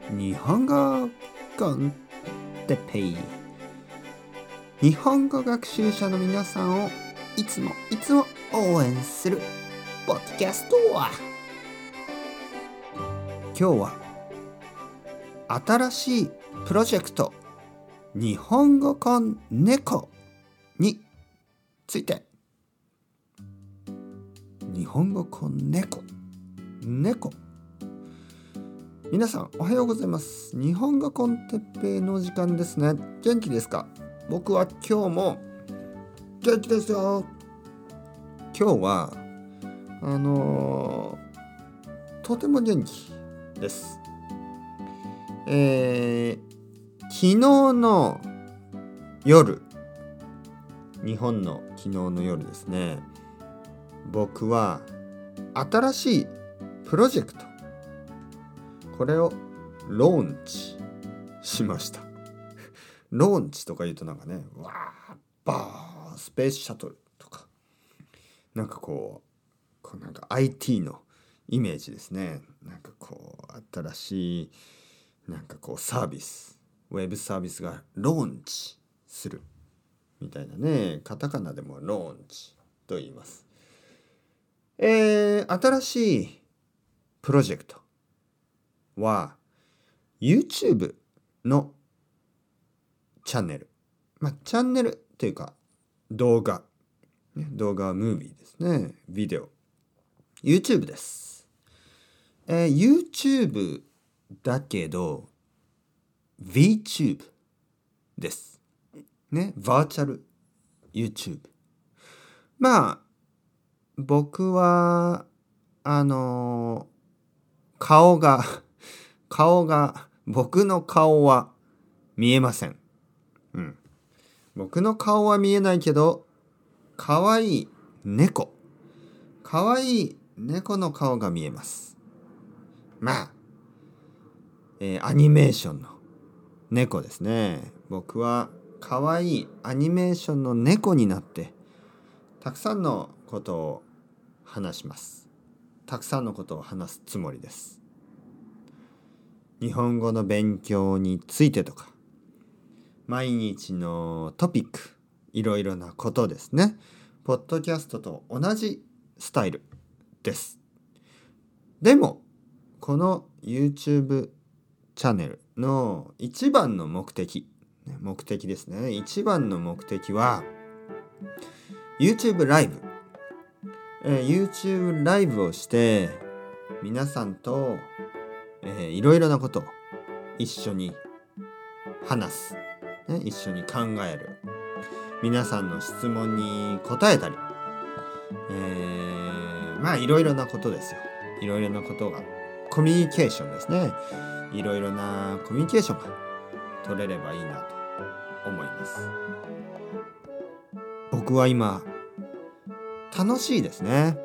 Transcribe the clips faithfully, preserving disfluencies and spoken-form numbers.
日本語コンテッペイ。日本語学習者の皆さんをいつもいつも応援するポッドキャストは、今日は新しいプロジェクト日本語コンネコについて。日本語コンネコ猫。皆さんおはようございます。日本語コンテッペイの時間ですね。元気ですか？僕は今日も元気ですよ。今日はあのー、とても元気です。えー、昨日の夜、日本の昨日の夜ですね、僕は新しいプロジェクト、これをローンチしました。ローンチとか言うとなんかね、わーバースペースシャトルとか、なんかこう、こうなんか アイティー のイメージですね。なんかこう新しいなんかこうサービス、ウェブサービスがローンチするみたいなね。カタカナでもローンチと言います。えー、新しいプロジェクトは YouTube のチャンネル、まあチャンネルっていうか動画、ね、動画はムービーですね。ビデオ YouTube です。えー、YouTube だけど VTube ですね。バーチャル YouTube。まあ僕はあのー、顔が顔が僕の顔は見えません。うん。僕の顔は見えないけど、可愛い猫、可愛い猫の顔が見えます。まあ、えー、アニメーションの猫ですね。僕は可愛いアニメーションの猫になって、たくさんのことを話します。たくさんのことを話すつもりです。日本語の勉強についてとか、毎日のトピック、いろいろなことですね。ポッドキャストと同じスタイルです。でも、この YouTube チャンネルの一番の目的、目的ですね。一番の目的は、YouTube ライブ。えー、YouTube ライブをして、皆さんとえー、いろいろなことを一緒に話す、ね、一緒に考える、皆さんの質問に答えたり、えー、まあいろいろなことですよ。いろいろなことがコミュニケーションですね。いろいろなコミュニケーションが取れればいいなと思います。僕は今楽しいですね。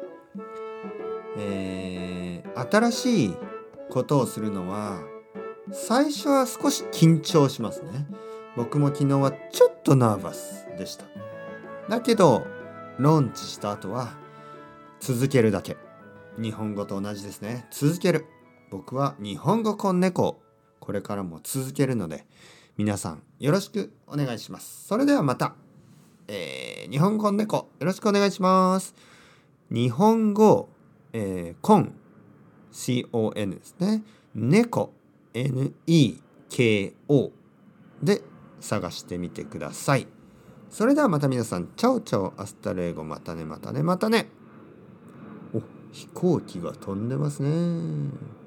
えー、新しいことをするのは最初は少し緊張しますね。僕も昨日はちょっとナーバスでした。だけどローンチした後は続けるだけ。日本語と同じですね。続ける。僕は日本語コンネコ、これからも続けるので、皆さんよろしくお願いします。それではまた、えー、日本語コンネコよろしくお願いします。日本語、えー、コンシーオーエヌ ですね。猫 エヌイーケーオー で探してみてください。それではまた皆さん、チャオチャオアスタレーゴ、またねまたねまたね。お、飛行機が飛んでますね。